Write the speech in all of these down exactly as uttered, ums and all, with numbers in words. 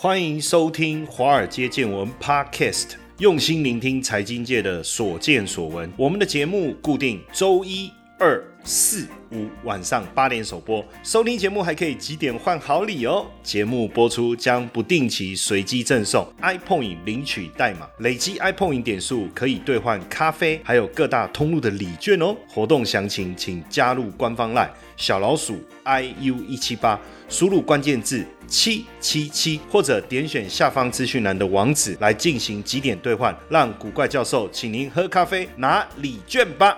欢迎收听华尔街见闻 Podcast， 用心聆听财经界的所见所闻。我们的节目固定周一、二、四、五晚上八点首播，收听节目还可以几点换好礼哦。节目播出将不定期随机赠送 iPoint 领取代码，累积 iPoint 点数可以兑换咖啡，还有各大通路的礼券哦。活动详情请加入官方 LINE 小老鼠 I U 一七八，输入关键字七七七，或者点选下方资讯栏的网址来进行几点兑换，让古怪教授请您喝咖啡拿礼券吧。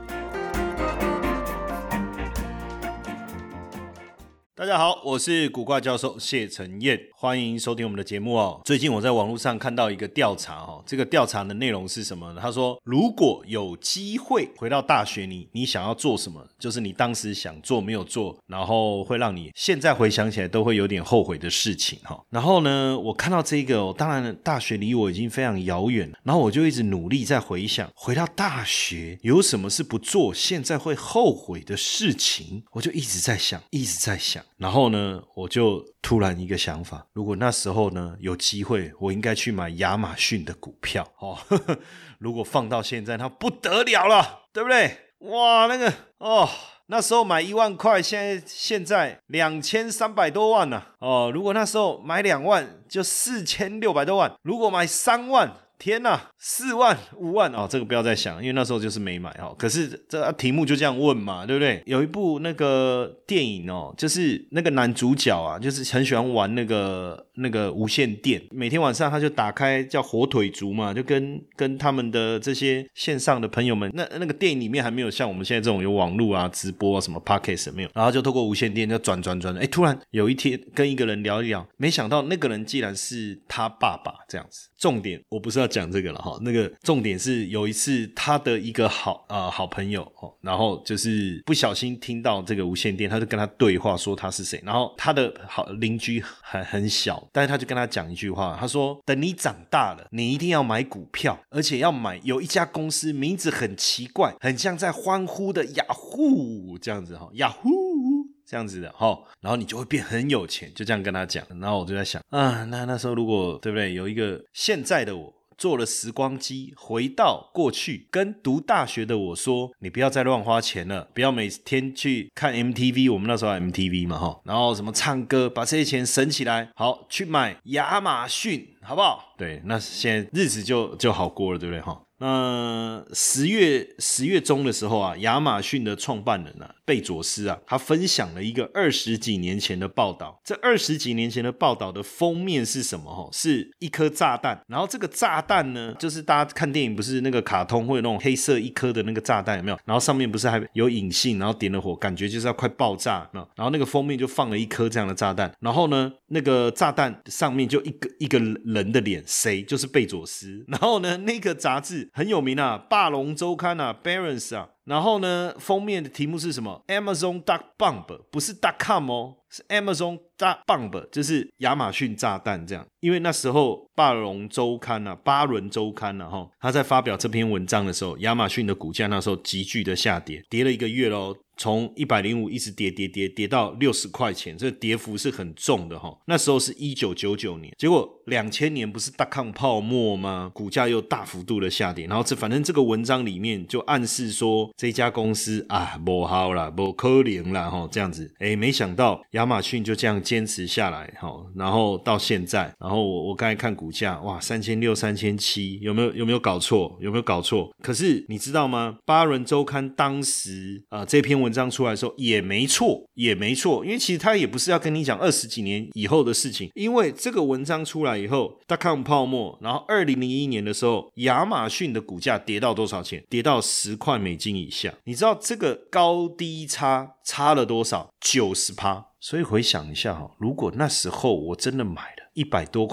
大家好，我是古怪教授谢承彦，欢迎收听我们的节目哦。最近我在网络上看到一个调查哦，这个调查的内容是什么呢？他说，如果有机会回到大学你，你想要做什么？就是你当时想做没有做，然后会让你现在回想起来都会有点后悔的事情哈。然后呢，我看到这个哦，当然大学离我已经非常遥远了，然后我就一直努力在回想，回到大学有什么是不做现在会后悔的事情？我就一直在想，一直在想。然后呢，我就突然一个想法，如果那时候呢有机会，我应该去买亚马逊的股票哦。呵呵，如果放到现在，它不得了了，对不对？哇，那个哦，那时候买一万块，现在现在两千三百多万呢、啊。哦，如果那时候买两万，就四千六百多万；如果买三万。天哪，四万五万哦，这个不要再想，因为那时候就是没买哦。可是这题目就这样问嘛，对不对？有一部那个电影哦，就是那个男主角啊，就是很喜欢玩那个那个无线电，每天晚上他就打开叫火腿族嘛，就跟跟他们的这些线上的朋友们，那那个电影里面还没有像我们现在这种有网络啊、直播啊、什么 podcast 没有，然后就透过无线电就转转转，哎，突然有一天跟一个人聊一聊，没想到那个人竟然是他爸爸这样子。重点我不是要讲这个了哈，那个重点是有一次他的一个好呃好朋友哦，然后就是不小心听到这个无线电，他就跟他对话说他是谁，然后他的好邻居很很小，但是他就跟他讲一句话，他说等你长大了，你一定要买股票，而且要买有一家公司名字很奇怪，很像在欢呼的雅虎这样子哈，雅虎。这样子的齁，然后你就会变很有钱，就这样跟他讲。然后我就在想啊，那那时候如果对不对，有一个现在的我坐了时光机回到过去，跟读大学的我说，你不要再乱花钱了，不要每天去看 M T V， 我们那时候有 M T V 嘛齁，然后什么唱歌，把这些钱省起来，好去买亚马逊，好不好？对，那现在日子就就好过了，对不对齁？那十月十月中的时候啊，亚马逊的创办人啊，贝佐斯啊，他分享了一个二十几年前的报道。这二十几年前的报道的封面是什么？是一颗炸弹。然后这个炸弹呢，就是大家看电影不是那个卡通会有那种黑色一颗的那个炸弹有没有？然后上面不是还有引信，然后点了火，感觉就是要快爆炸。然后那个封面就放了一颗这样的炸弹。然后呢，那个炸弹上面就一个一个人的脸，谁？就是贝佐斯。然后呢，那个杂志很有名啊，霸龙周刊啊 Barron's 啊，然后呢封面的题目是什么 Amazon dot bomb， 不是 .com 哦，是 Amazon dot bomb， 就是亚马逊炸弹这样。因为那时候霸龙周刊啊，巴伦周刊啊，他在发表这篇文章的时候，亚马逊的股价那时候急剧的下跌，跌了一个月咯，从一百零五一直跌跌跌跌到六十块钱，这个跌幅是很重的齁。那时候是一九九九年，结果两千年不是大康泡沫吗？股价又大幅度的下跌，然后这反正这个文章里面就暗示说这家公司啊不好啦，不可能啦齁，这样子。诶，没想到亚马逊就这样坚持下来齁，然后到现在，然后我我刚才看股价，哇，三千六、三千七，有没有有没有搞错？有没有搞错？可是你知道吗？巴伦周刊当时呃这篇文章出来的时候也没错，也没错，因为其实他也不是要跟你讲二十几年以后的事情，因为这个文章出来以后 .com 泡沫，然后二零零一年的时候，亚马逊的股价跌到多少钱？跌到十块美金以下。你知道这个高低差差了多少？ 百分之九十。所以回想一下，如果那时候我真的买了一百多块买，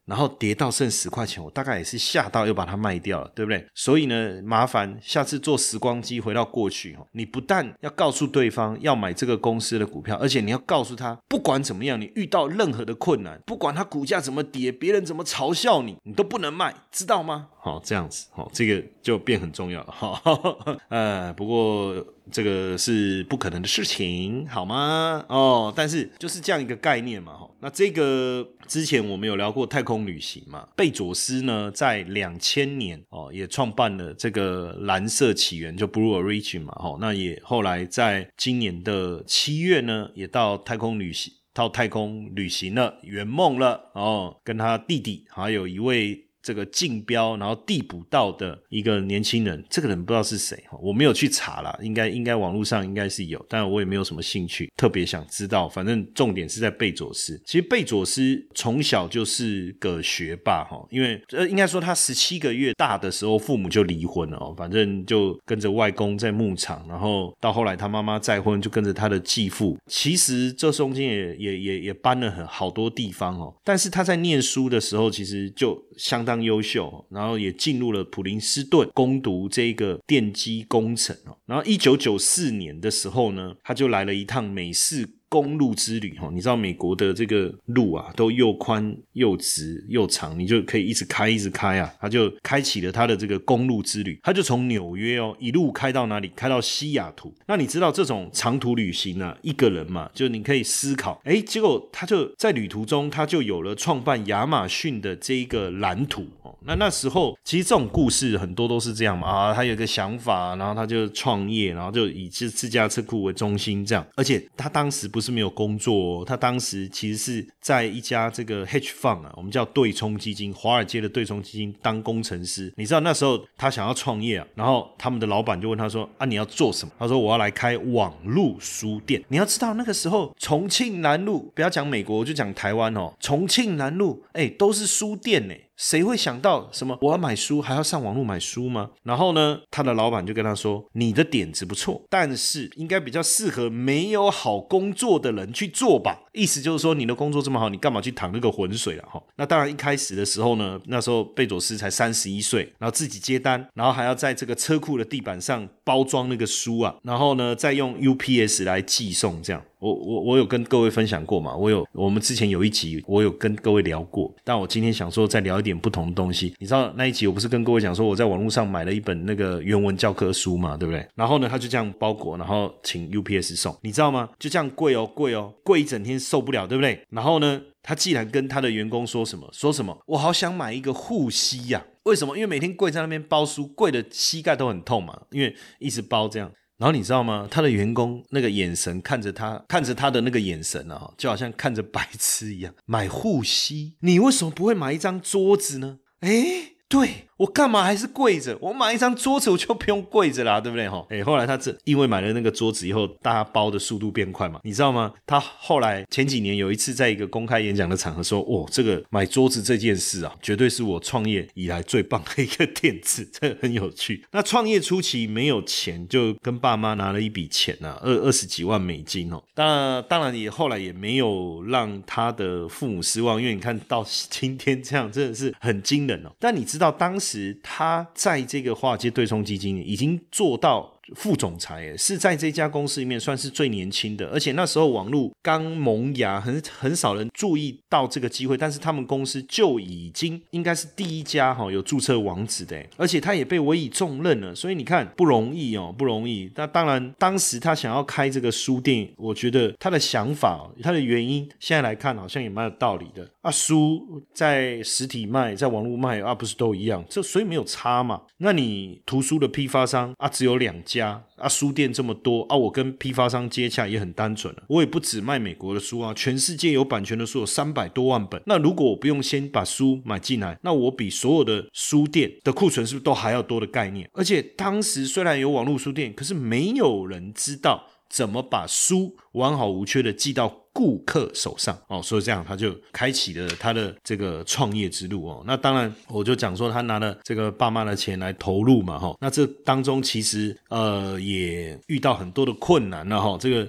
然后跌到剩十块钱，我大概也是吓到又把它卖掉了，对不对？所以呢，麻烦下次做时光机回到过去，你不但要告诉对方要买这个公司的股票，而且你要告诉他，不管怎么样，你遇到任何的困难，不管它股价怎么跌，别人怎么嘲笑你，你都不能卖，知道吗？好，这样子，好，这个就变很重要了。好，呃，不过这个是不可能的事情，好吗？哦，但是就是这样一个概念嘛。那这个之前我们有聊过太空旅行嘛，贝佐斯呢在两千年哦也创办了这个蓝色起源，就 Blue Origin 嘛。哦，那也后来在今年的七月呢，也到太空旅行。到太空旅行了，圆梦了哦，跟他弟弟还有一位这个竞标然后递补到的一个年轻人，这个人不知道是谁，我没有去查啦，应该应该网络上应该是有，但我也没有什么兴趣特别想知道，反正重点是在贝佐斯。其实贝佐斯从小就是个学霸，因为呃应该说他十七个月大的时候父母就离婚了，反正就跟着外公在牧场，然后到后来他妈妈再婚就跟着他的继父，其实这中间也也也也搬了很好多地方哦。但是他在念书的时候其实就相当优秀，然后也进入了普林斯顿攻读这个电机工程。然后一九九四年的时候呢，他就来了一趟美式公路之旅，你知道美国的这个路啊都又宽又直又长，你就可以一直开一直开啊，他就开启了他的这个公路之旅，他就从纽约哦一路开到哪里，开到西雅图。那你知道这种长途旅行啊，一个人嘛，就你可以思考，诶，结果他就在旅途中他就有了创办亚马逊的这一个蓝图。那那时候其实这种故事很多都是这样嘛，啊，他有一个想法，然后他就创业，然后就以自家车库为中心这样。而且他当时不是没有工作哦，他当时其实是在一家这个 hedge fund 啊，我们叫对冲基金，华尔街的对冲基金当工程师。你知道那时候他想要创业啊，然后他们的老板就问他说啊，你要做什么？他说我要来开网络书店。你要知道那个时候重庆南路，不要讲美国，我就讲台湾哦，重庆南路哎都是书店哎。谁会想到什么我要买书还要上网络买书吗？然后呢他的老板就跟他说，你的点子不错，但是应该比较适合没有好工作的人去做吧。意思就是说你的工作这么好，你干嘛去淌那个浑水啦？那当然一开始的时候呢，那时候贝佐斯才三十一岁，然后自己接单，然后还要在这个车库的地板上包装那个书啊，然后呢再用 U P S 来寄送这样。我我我有跟各位分享过嘛，我有我们之前有一集我有跟各位聊过，但我今天想说再聊一点不同的东西。你知道那一集我不是跟各位讲说我在网络上买了一本那个原文教科书嘛，对不对？然后呢他就这样包裹，然后请 U P S 送，你知道吗？就这样贵哦贵哦贵一整天受不了，对不对？然后呢他既然跟他的员工说什么说什么我好想买一个护膝呀、啊，为什么？因为每天跪在那边包书，跪的膝盖都很痛嘛，因为一直包这样。然后你知道吗？他的员工那个眼神看着他，看着他的那个眼神啊，就好像看着白痴一样。买护膝，你为什么不会买一张桌子呢？诶，对，我干嘛还是跪着？我买一张桌子我就不用跪着啦，对不对？诶，后来他这因为买了那个桌子以后，大家包的速度变快嘛，你知道吗？他后来前几年有一次在一个公开演讲的场合说，哦，这个买桌子这件事啊，绝对是我创业以来最棒的一个点子，这个很有趣。那创业初期没有钱，就跟爸妈拿了一笔钱啊，二二十几万美金哦。当然，当然也后来也没有让他的父母失望，因为你看到今天这样真的是很惊人哦。但你知道当时他在这个华尔街对冲基金已经做到副总裁，是在这家公司里面算是最年轻的，而且那时候网络刚萌芽，很很少人注意到这个机会，但是他们公司就已经应该是第一家有注册网址的，而且他也被委以重任了，所以你看不容易哦，不容易。那当然当时他想要开这个书店，我觉得他的想法他的原因现在来看好像也蛮有道理的啊，书在实体卖在网络卖啊，不是都一样，这所以没有差嘛。那你图书的批发商啊只有两家啊，书店这么多啊，我跟批发商接洽也很单纯了，我也不只卖美国的书啊，全世界有版权的书有三百多万本，那如果我不用先把书买进来，那我比所有的书店的库存是不是都还要多的概念？而且当时虽然有网络书店，可是没有人知道怎么把书完好无缺的寄到顾客手上哦，所以这样他就开启了他的这个创业之路哦。那当然我就讲说他拿了这个爸妈的钱来投入嘛，那这当中其实呃也遇到很多的困难了哈，这个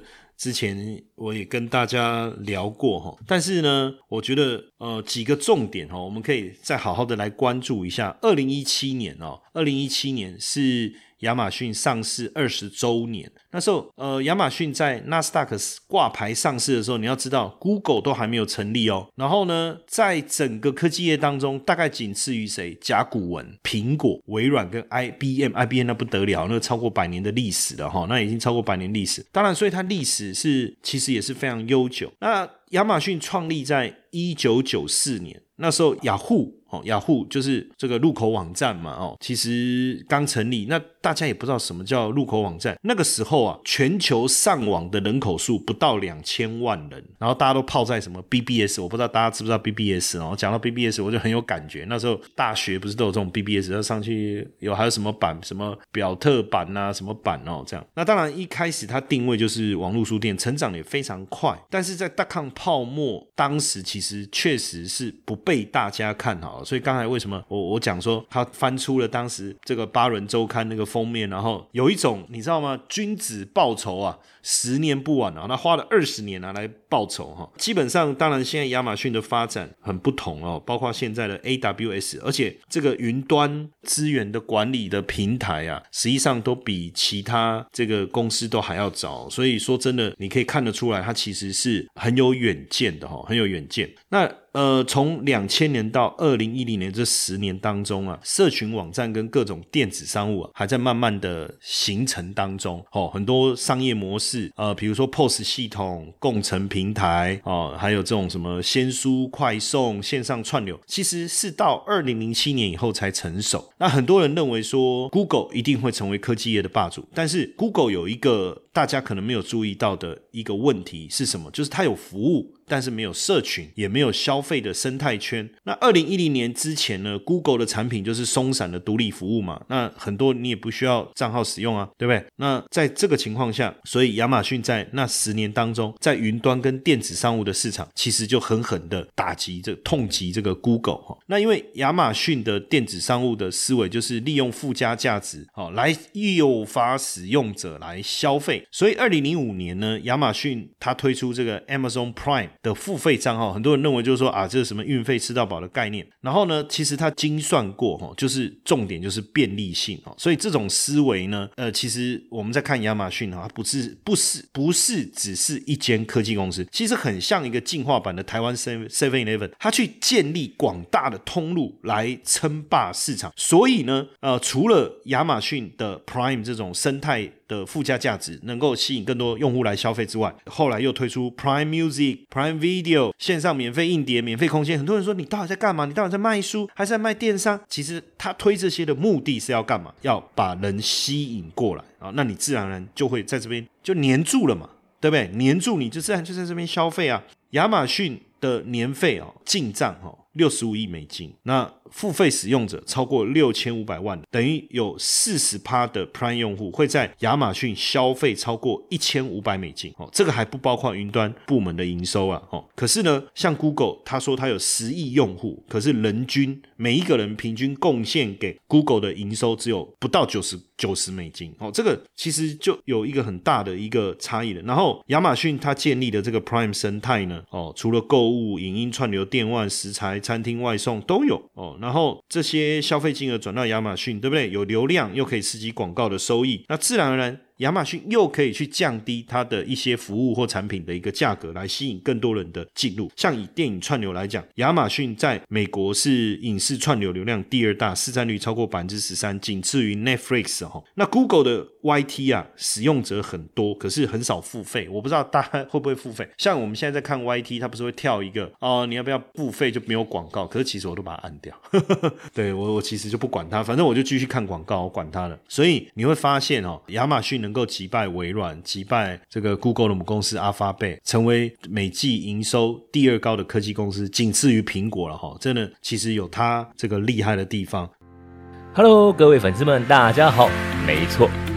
之前我也跟大家聊过齁，但是呢我觉得呃几个重点齁，我们可以再好好的来关注一下。二零一七年哦，二零一七年是亚马逊上市二十周年，那时候呃，亚马逊在纳斯达克挂牌上市的时候，你要知道 Google 都还没有成立哦。然后呢，在整个科技业当中，大概仅次于谁？甲骨文、苹果、微软跟 I B M。I B M 那不得了，那超过百年的历史了齁，那已经超过百年历史。当然，所以它历史是其实也是非常悠久。那亚马逊创立在一九九四年，那时候雅虎。哦，雅虎就是这个入口网站嘛，哦，其实刚成立，那大家也不知道什么叫入口网站。那个时候啊，全球上网的人口数不到两千万人，然后大家都泡在什么 B B S， 我不知道大家知不知道 B B S 哦。讲到 B B S 我就很有感觉，那时候大学不是都有这种 B B S， 要上去有还有什么版，什么表特版啊，什么版哦，这样。那当然一开始它定位就是网络书店，成长也非常快，但是在 dot-com 泡沫当时其实确实是不被大家看好。所以刚才为什么我我讲说他翻出了当时这个八人周刊那个封面，然后有一种你知道吗？君子报仇啊，十年不晚啊，那花了二十年啊来报仇哈。基本上，当然现在亚马逊的发展很不同哦，包括现在的 A W S， 而且这个云端资源的管理的平台啊，实际上都比其他这个公司都还要早。所以说真的，你可以看得出来，它其实是很有远见的哈，很有远见。那呃，从两千年到二零一零年这十年当中啊，社群网站跟各种电子商务啊，还在慢慢的形成当中哦。很多商业模式，呃，比如说 P O S 系统、共乘平台哦，还有这种什么先输快送、线上串流，其实是到二零零七年以后才成熟。那很多人认为说 Google 一定会成为科技业的霸主，但是 Google 有一个大家可能没有注意到的一个问题是什么？就是它有服务，但是没有社群，也没有消费的生态圈。那二零一零年之前呢 Google 的产品就是松散的独立服务嘛，那很多你也不需要账号使用啊，对不对？那在这个情况下，所以亚马逊在那十年当中，在云端跟电子商务的市场其实就狠狠的打击这痛击这个 Google。 那因为亚马逊的电子商务的思维就是利用附加价值来诱发使用者来消费，所以二零零五年呢，亚马逊它推出这个 Amazon Prime 的付费账号，很多人认为就是说啊，这是什么运费吃到饱的概念。然后呢，其实它精算过，就是重点就是便利性。所以这种思维呢，呃，其实我们在看亚马逊，它不是不是不是只是一间科技公司，其实很像一个进化版的台湾 seven eleven， 它去建立广大的通路来称霸市场。所以呢，呃，除了亚马逊的 Prime 这种生态的附加价值能够吸引更多用户来消费之外，后来又推出 Prime Music、Prime Video 线上免费硬碟、免费空间。很多人说你到底在干嘛？你到底在卖书还是在卖电商？其实他推这些的目的是要干嘛？要把人吸引过来啊，那你自然而然就会在这边就黏住了嘛，对不对？黏住你就自然就在这边消费啊。亚马逊的年费哦，进账哦六十五亿美金，那付费使用者超过六千五百万，等于有 百分之四十 的 Prime 用户会在亚马逊消费超过一千五百美金、哦、这个还不包括云端部门的营收啊、哦、可是呢，像 Google 他说他有十亿用户，可是人均每一个人平均贡献给 Google 的营收只有不到九十九十美金、哦、这个其实就有一个很大的一个差异了。然后亚马逊它建立的这个 Prime 生态呢、哦、除了购物、影音串流、电玩、食材、餐厅外送都有、哦、然后这些消费金额转到亚马逊，对不对？有流量又可以刺激广告的收益，那自然而然亚马逊又可以去降低它的一些服务或产品的一个价格，来吸引更多人的进入。像以电影串流来讲，亚马逊在美国是影视串流流量第二大，市占率超过 百分之十三， 仅次于 Netflix、哦、那 Google 的 Y T 啊，使用者很多，可是很少付费。我不知道大家会不会付费，像我们现在在看 Y T， 它不是会跳一个哦，你要不要付费就没有广告，可是其实我都把它按掉对，我我其实就不管它，反正我就继续看广告，我管它了。所以你会发现哦，亚马逊能够击败微软，击败这个 Google 的母公司 Alphabet， 成为每季营收第二高的科技公司，仅次于苹果了齁。真的其实有它这个厉害的地方。 Hello， 各位粉丝们，大家好。没错，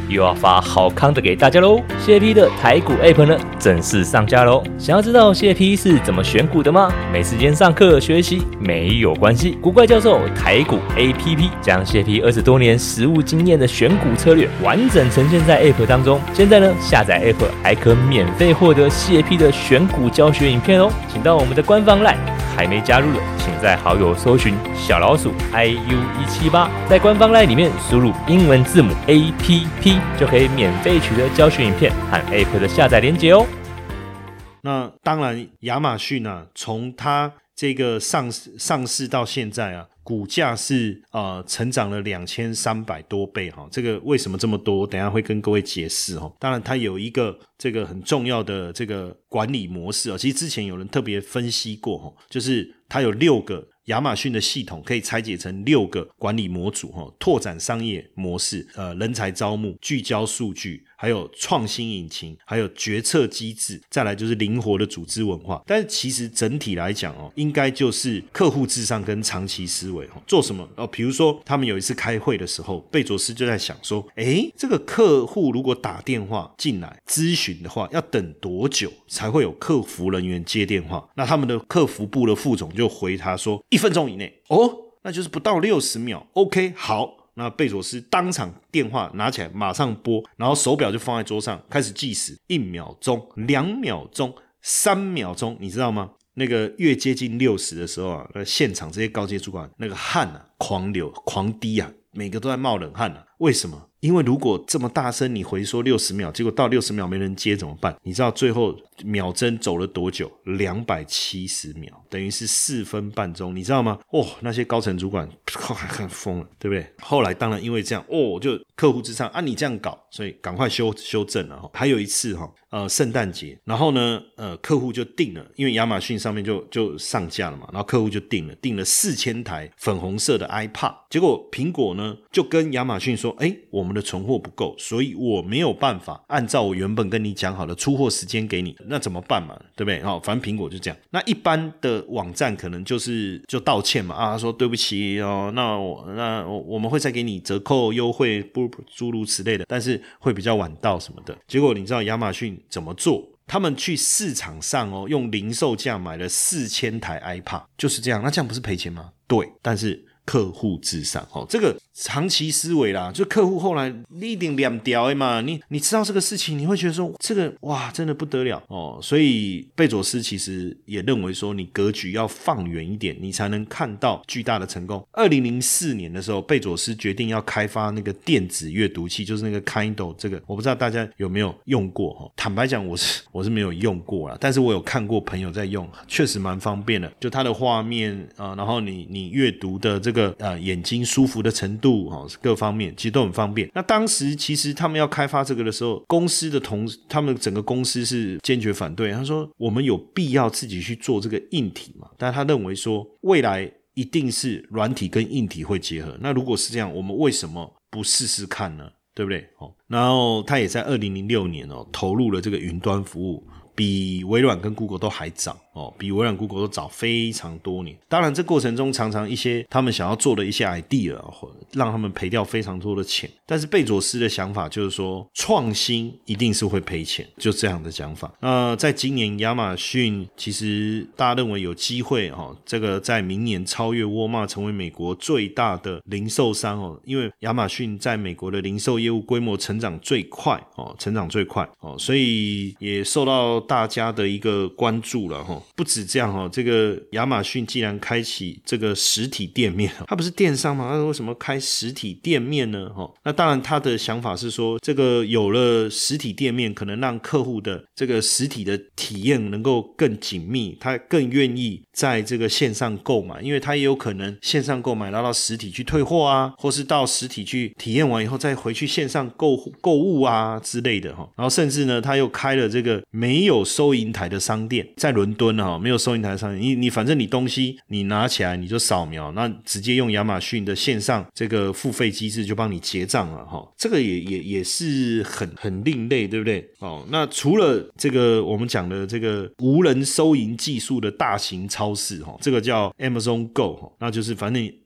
又要发好康的给大家喽！谢 P 的台股 App 呢正式上架喽！想要知道谢 P 是怎么选股的吗？没时间上课学习没有关系，古怪教授台股 A P P 将谢 P 二十多年实务经验的选股策略完整呈现在 App 当中。现在呢，下载 App 还可免费获得谢 P 的选股教学影片哦！请到我们的官方 LINE， 还没加入的，请在好友搜寻小老鼠 I U 一七八，在官方 LINE 里面输入英文字母 A P P， 就可以免费取得教学影片和 App 的下载连结哦。 那当然，亚马逊啊，从它这个上市上市到现在啊，股价是呃成长了两千三百多倍哈。这个为什么这么多？等一下会跟各位解释哈。当然，它有一个这个很重要的这个管理模式啊。其实之前有人特别分析过哈，就是它有六个。亚马逊的系统可以拆解成六个管理模组，拓展商业模式，呃，人才招募，聚焦数据，还有创新引擎，还有决策机制，再来就是灵活的组织文化。但是其实整体来讲哦，应该就是客户至上跟长期思维。做什么哦？比如说他们有一次开会的时候，贝佐斯就在想说，诶，这个客户如果打电话进来咨询的话，要等多久才会有客服人员接电话？那他们的客服部的副总就回他说，一分钟以内哦，那就是不到六十秒。 OK， 好，那贝佐斯当场电话拿起来马上拨，然后手表就放在桌上开始计时，一秒钟、两秒钟、三秒钟，你知道吗？那个越接近六十的时候啊，那现场这些高阶主管那个汗啊狂流狂滴啊，每个都在冒冷汗啊。为什么？因为如果这么大声你回说六十秒，结果到六十秒没人接怎么办？你知道最后秒针走了多久？两百七十秒，等于是四分半钟，你知道吗？哦，那些高层主管看疯了，对不对？后来当然因为这样，哦，就客户至上啊，你这样搞，所以赶快修修正了。还有一次哈，呃，圣诞节，然后呢，呃，客户就订了，因为亚马逊上面就就上架了嘛，然后客户就订了，订了四千台粉红色的 iPad， 结果苹果呢就跟亚马逊说，哎，我们的存货不够，所以我没有办法按照我原本跟你讲好的出货时间给你，那怎么办嘛？对不对？哦，反正苹果就这样。那一般的网站可能就是就道歉嘛，啊，说对不起哦，那我那我们会再给你折扣优惠，不诸如此类的，但是会比较晚到什么的。结果你知道亚马逊怎么做？他们去市场上哦，用零售价买了四千台 iPad， 就是这样。那这样不是赔钱吗？对，但是客户至上哦，这个长期思维啦，就客户后来你一定两条的嘛，你你知道这个事情，你会觉得说这个哇真的不得了哦，所以贝佐斯其实也认为说你格局要放远一点，你才能看到巨大的成功。二零零四年的时候，贝佐斯决定要开发那个电子阅读器，就是那个 Kindle， 这个我不知道大家有没有用过哦。坦白讲，我是我是没有用过啦，但是我有看过朋友在用，确实蛮方便的，就它的画面啊、呃，然后你你阅读的这个。个呃眼睛舒服的程度、哦、各方面其实都很方便。那当时其实他们要开发这个的时候，公司的同他们整个公司是坚决反对，他说我们有必要自己去做这个硬体嘛？但他认为说未来一定是软体跟硬体会结合，那如果是这样，我们为什么不试试看呢？对不对？哦，然后他也在二零零六年哦投入了这个云端服务，比微软跟 Google 都还早哦，比微软 Google 都早非常多年。当然这过程中常常一些他们想要做的一些 idea 让他们赔掉非常多的钱，但是贝佐斯的想法就是说创新一定是会赔钱，就这样的讲法。那在今年亚马逊其实大家认为有机会哦，这个在明年超越沃尔玛成为美国最大的零售商哦，因为亚马逊在美国的零售业务规模成长最快哦，成长最快哦，所以也受到大家的一个关注了齁。不止这样齁，这个亚马逊既然开启这个实体店面，它不是电商吗？它为什么开实体店面呢？齁，那当然他的想法是说，这个有了实体店面，可能让客户的这个实体的体验能够更紧密，他更愿意在这个线上购买，因为他也有可能线上购买然后到实体去退货啊，或是到实体去体验完以后再回去线上购购物啊之类的齁。然后甚至呢他又开了这个没有收银台的商店，在伦敦齁，没有收银台的商店，你你反正你东西你拿起来你就扫描，那直接用亚马逊的线上这个付费机制就帮你结账了齁。这个也也也是很很另类，对不对？哦，那除了这个我们讲的这个无人收银技术的大型超市齁，这个叫 Amazon Go 齁，那就是反正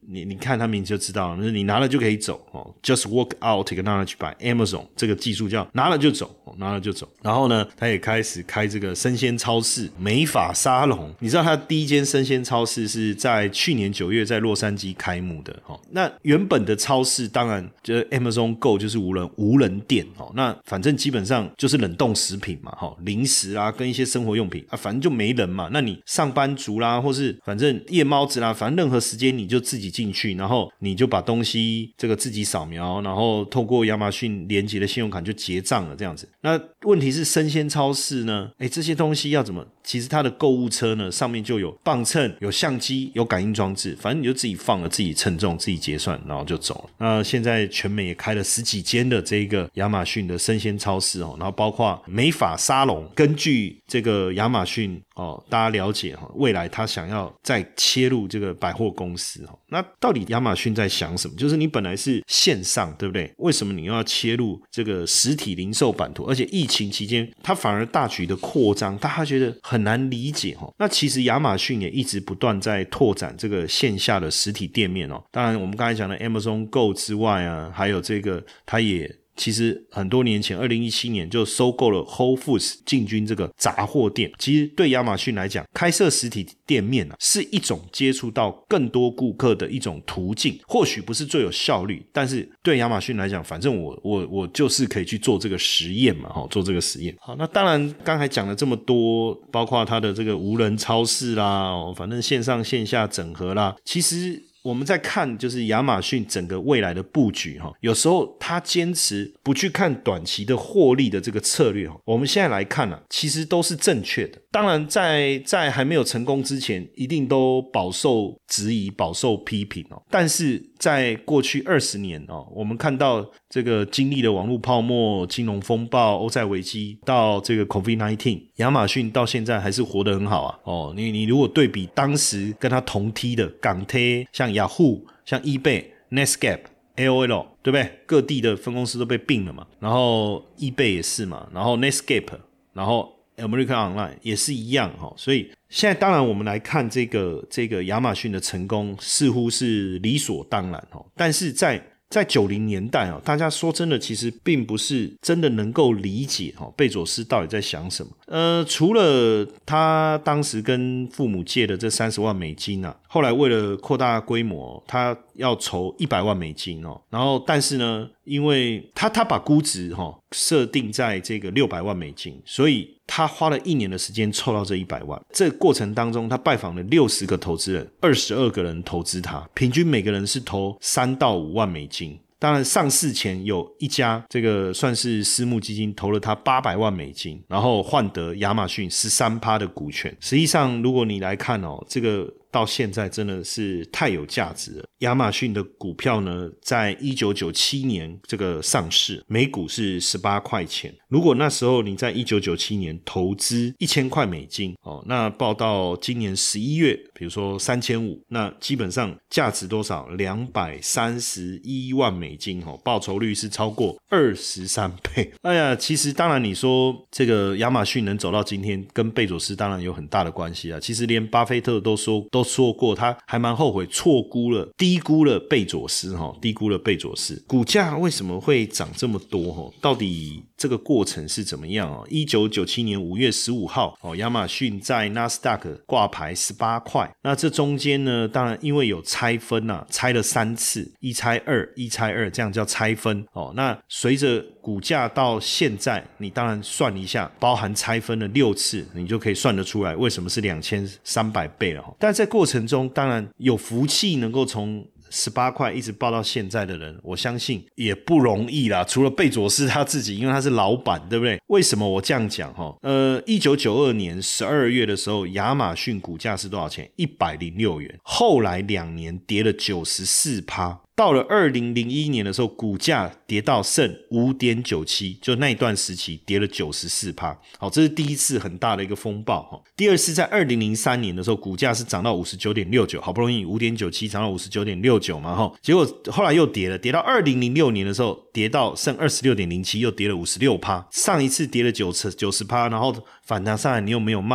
你你看它名字就知道了，就是你拿了就可以走哦 ，Just Walk Out Technology by Amazon 这个技术叫拿了就走，哦、拿了就走。然后呢，他也开始开这个生鲜超市、美发沙龙。你知道他第一间生鲜超市是在去年九月在洛杉矶开幕的哦。那原本的超市当然就是 Amazon Go 就是无人无人店哦。那反正基本上就是冷冻食品嘛，哈，零食啊跟一些生活用品啊，反正就没人嘛。那你上班族啦，或是反正夜猫子啦，反正任何时间你就自己进去，然后你就把东西这个自己扫描，然后透过亚马逊连结的信用卡就结账了这样子。那问题是生鲜超市呢，诶这些东西要怎么？其实它的购物车呢上面就有磅秤、有相机、有感应装置，反正你就自己放了，自己称重、自己结算，然后就走了。那现在全美也开了十几间的这个亚马逊的生鲜超市哦，然后包括美发沙龙。根据这个亚马逊哦，大家了解哈，未来他想要再切入这个百货公司哈。那到底亚马逊在想什么？就是你本来是线上，对不对？为什么你又要切入这个实体零售版图？而且疫情期间，它反而大举的扩张，大家觉得很难理解哈。那其实亚马逊也一直不断在拓展这个线下的实体店面哦。当然，我们刚才讲的 Amazon Go 之外啊，还有这个，它也。其实很多年前二零一七年就收购了 Whole Foods 进军这个杂货店。其实对亚马逊来讲，开设实体店面啊，是一种接触到更多顾客的一种途径，或许不是最有效率，但是对亚马逊来讲，反正我我我就是可以去做这个实验嘛，齁，做这个实验。好，那当然刚才讲了这么多，包括它的这个无人超市啦，反正线上线下整合啦，其实我们在看就是亚马逊整个未来的布局，有时候他坚持不去看短期的获利的这个策略，我们现在来看啊，其实都是正确的。当然在在还没有成功之前一定都饱受质疑，饱受批评，但是在过去二十年我们看到这个经历了网络泡沫、金融风暴、欧债危机到这个 COVID 十九， 亚马逊到现在还是活得很好啊。哦，你你如果对比当时跟他同梯的港铁，像雅虎、像 eBay、Netscape、A O L， 对不对？各地的分公司都被并了嘛，然后 eBay 也是嘛，然后 Netscape， 然后 American Online 也是一样，所以现在当然我们来看这个这个亚马逊的成功似乎是理所当然，但是在在九零年代啊，大家说真的其实并不是真的能够理解贝佐斯到底在想什么。呃，除了他当时跟父母借的这三十万美金啊，后来为了扩大规模，他要筹一百万美金哦。然后但是呢，因为他他把估值哈设定在这个六百万美金，所以他花了一年的时间凑到这一百万。这个过程当中，他拜访了六十个投资人，二十二个人投资他，平均每个人是投三到五万美金。当然上市前有一家这个算是私募基金投了他八百万美金，然后换得亚马逊 百分之十三 的股权。实际上如果你来看哦，这个到现在真的是太有价值了。亚马逊的股票呢，在一九九七年这个上市，每股是十八块钱。如果那时候你在一九九七年投资一千块美金哦，那报到今年十一月，比如说三千五百，那基本上价值多少？两百三十一万美金哦，报酬率是超过二十三倍。哎呀，其实当然你说这个亚马逊能走到今天，跟贝佐斯当然有很大的关系啊。其实连巴菲特都说都说过，他还蛮后悔错估了、低估了贝佐斯哈，低估了贝佐斯。股价为什么会涨这么多哈？到底这个过程是怎么样哦？一九九七年五月十五号哦，亚马逊在纳斯达克挂牌十八块。那这中间呢，当然因为有拆分啊，拆了三次，一拆二，一拆二，这样叫拆分哦。那随着股价到现在，你当然算一下，包含拆分了六次，你就可以算得出来为什么是两千三百倍了。但在过程中，当然有福气能够从十八块一直报到现在的人，我相信也不容易啦。除了贝佐斯他自己，因为他是老板，对不对？为什么我这样讲？呃，一九九二年十二月的时候，亚马逊股价是多少钱？一百零六元。后来两年跌了 百分之九十四。到了二零零一年的时候，股价跌到剩 五点九七， 就那一段时期跌了 百分之九十四。 好，这是第一次很大的一个风暴。第二次在二零零三年的时候，股价是涨到 五十九点六九， 好不容易 五点九七 涨到 五十九点六九 嘛，结果后来又跌了，跌到二零零六年的时候跌到剩 二十六点零七， 又跌了 百分之五十六。 上一次跌了 百分之九十， 然后反弹上来你又没有卖，又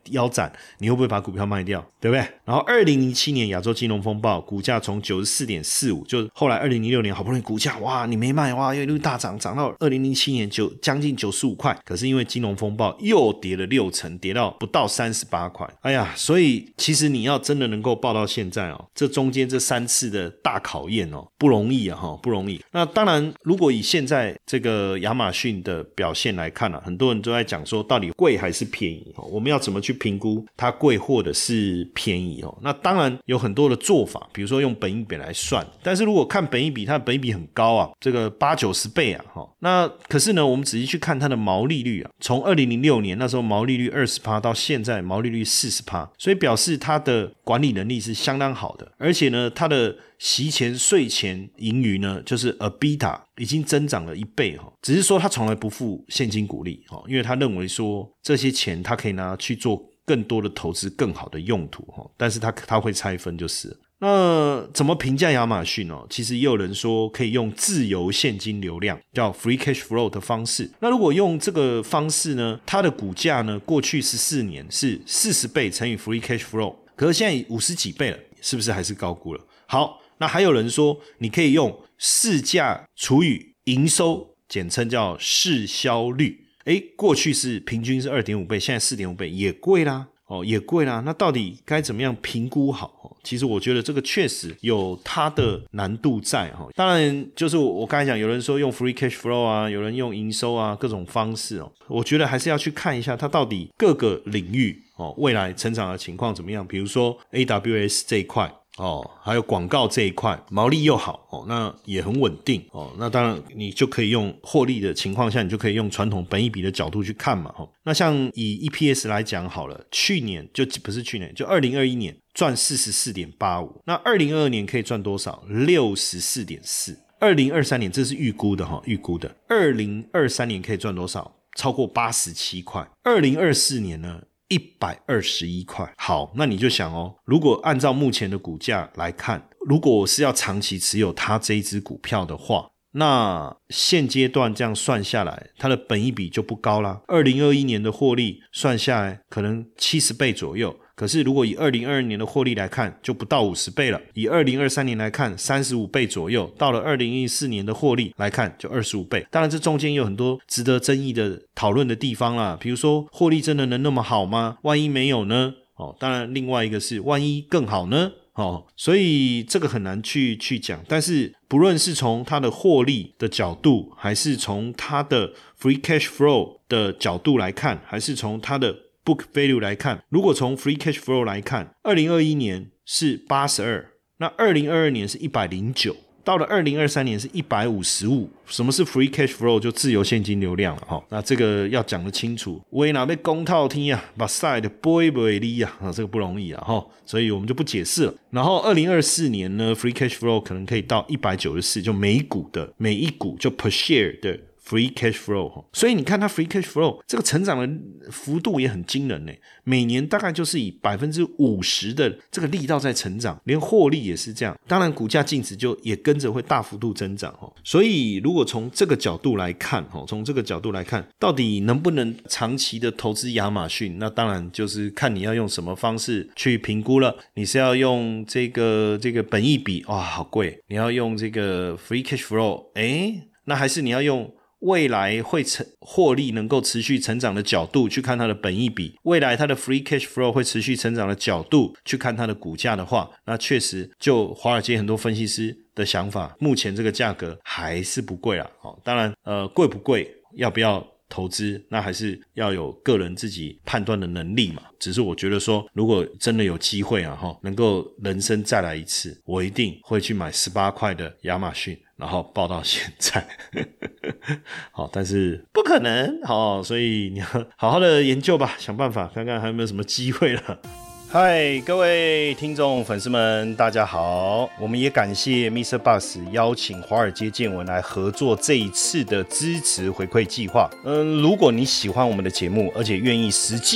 腰斩，你会不会把股票卖掉，对不对？然后二零零七年亚洲金融风暴，股价从 九十四点四五， 就后来二零零六年好不容易股价哇你没卖哇又一路大涨，涨到二零零七年就将近九十五块，可是因为金融风暴又跌了六成，跌到不到三十八块。哎呀，所以其实你要真的能够抱到现在哦，这中间这三次的大考验哦，不容易啊、哦、不容易。那当然如果以现在这个亚马逊的表现来看啊，很多人都在讲说到底贵还是便宜、哦、我们要怎么去评估它贵或者是便宜哦？那当然有很多的做法，比如说用本益比来算，但是如果看本益比，它的本益比很高啊，这个八九十倍啊、哦、那可是呢我们仔细去看它的毛利率啊，从二零零六年那时候毛利率 百分之二十 到现在毛利率 百分之四十， 所以表示它的管理能力是相当好的，而且呢它的息前税前盈余呢就是 EBITDA 已经增长了一倍，只是说他从来不付现金股利，因为他认为说这些钱他可以拿去做更多的投资更好的用途，但是他他会拆分就是了。那怎么评价亚马逊哦？其实也有人说可以用自由现金流量叫 free cash flow 的方式。那如果用这个方式呢，它的股价呢过去十四年是四十倍乘以 free cash flow， 可是现在五十几倍了，是不是还是高估了？好，那还有人说你可以用市价除以营收，简称叫市销率。诶，过去是平均是 二点五倍，现在 四点五倍，也贵啦哦，也贵啦。那到底该怎么样评估好？其实我觉得这个确实有它的难度在。当然就是我刚才讲，有人说用 free cash flow 啊，有人用营收啊，各种方式哦，我觉得还是要去看一下它到底各个领域哦未来成长的情况怎么样。比如说 A W S 这一块哦，还有广告这一块毛利又好哦，那也很稳定哦。那当然你就可以用获利的情况下，你就可以用传统本益比的角度去看嘛。哦，那像以 E P S 来讲好了，去年就不是去年，就二零二一年赚 四十四点八五， 那二零二二年可以赚多少？ 六十四点四， 二零二三年这是预估的，预估的二零二三年可以赚多少？超过八十七块。二零二四年呢一百二十一块。好，那你就想哦，如果按照目前的股价来看，如果我是要长期持有它这一支股票的话，那现阶段这样算下来，它的本益比就不高啦。二零二一年的获利算下来可能七十倍左右，可是如果以二零二二年的获利来看，就不到五十倍了。以二零二三年来看三十五倍左右，到了二零一四年的获利来看就二十五倍。当然这中间有很多值得争议的讨论的地方啦，比如说获利真的能那么好吗？万一没有呢？哦，当然另外一个是万一更好呢？哦，所以这个很难去去讲。但是不论是从它的获利的角度，还是从它的 free cash flow 的角度来看，还是从它的book value 来看，如果从 free cash flow 来看，二零二一年是八十二，那二零二二年是一百零九，到了二零二三年是一百五十五。什么是 free cash flow？ 就自由现金流量了、哦、那这个要讲得清楚，为哪被公套天啊，把赛的杯不离啊，这个不容易啊、哦、所以我们就不解释了。然后二零二四年呢 free cash flow 可能可以到一百九十四，就每股的每一股就 per share 的free cash flow， 所以你看它 free cash flow 这个成长的幅度也很惊人耶，每年大概就是以 百分之五十 的这个力道在成长，连获利也是这样，当然股价净值就也跟着会大幅度增长。所以如果从这个角度来看，从这个角度来看到底能不能长期的投资亚马逊，那当然就是看你要用什么方式去评估了。你是要用这个这个本益比，哇好贵，你要用这个 free cash flow， 诶那还是你要用未来会成获利能够持续成长的角度去看它的本益比，未来它的 free cash flow 会持续成长的角度去看它的股价的话，那确实就华尔街很多分析师的想法，目前这个价格还是不贵啦、哦、当然呃贵不贵，要不要投资，那还是要有个人自己判断的能力嘛。只是我觉得说如果真的有机会啊，能够人生再来一次，我一定会去买十八块的亚马逊，然后抱到现在好，但是不可能好，所以你要好好的研究吧，想办法看看还有没有什么机会了。嗨，各位听众粉丝们大家好，我们也感谢 Mister Bus 邀请华尔街见闻来合作这一次的支持回馈计划。嗯，如果你喜欢我们的节目，而且愿意实际的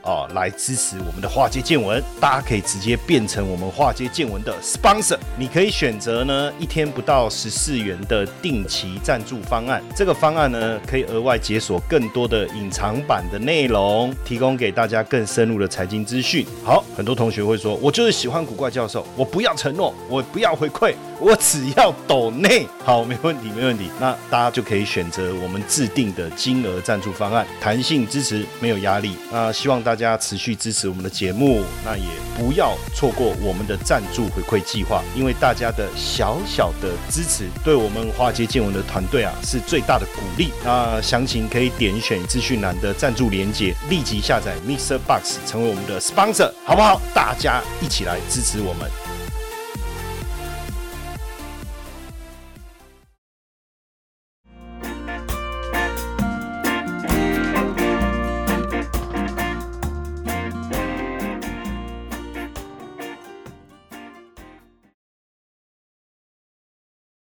哦来支持我们的华街见闻，大家可以直接变成我们华街见闻的 sponsor。你可以选择呢一天不到十四元的定期赞助方案，这个方案呢可以额外解锁更多的隐藏版的内容，提供给大家更深入的财经资讯。好，很多同学会说，我就是喜欢古怪教授，我不要承诺，我不要回馈，我只要抖内。好，没问题，没问题。那大家就可以选择我们制定的金额赞助方案，弹性支持，没有压力。那希望大家持续支持我们的节目，那也不要错过我们的赞助回馈计划，因为大家的小小的支持，对我们华街见闻的团队啊是最大的鼓励。那详情可以点选资讯栏的赞助连结，立即下载 Mixer Box 成为我们的 sponsor， 好不好？大家一起来支持我们。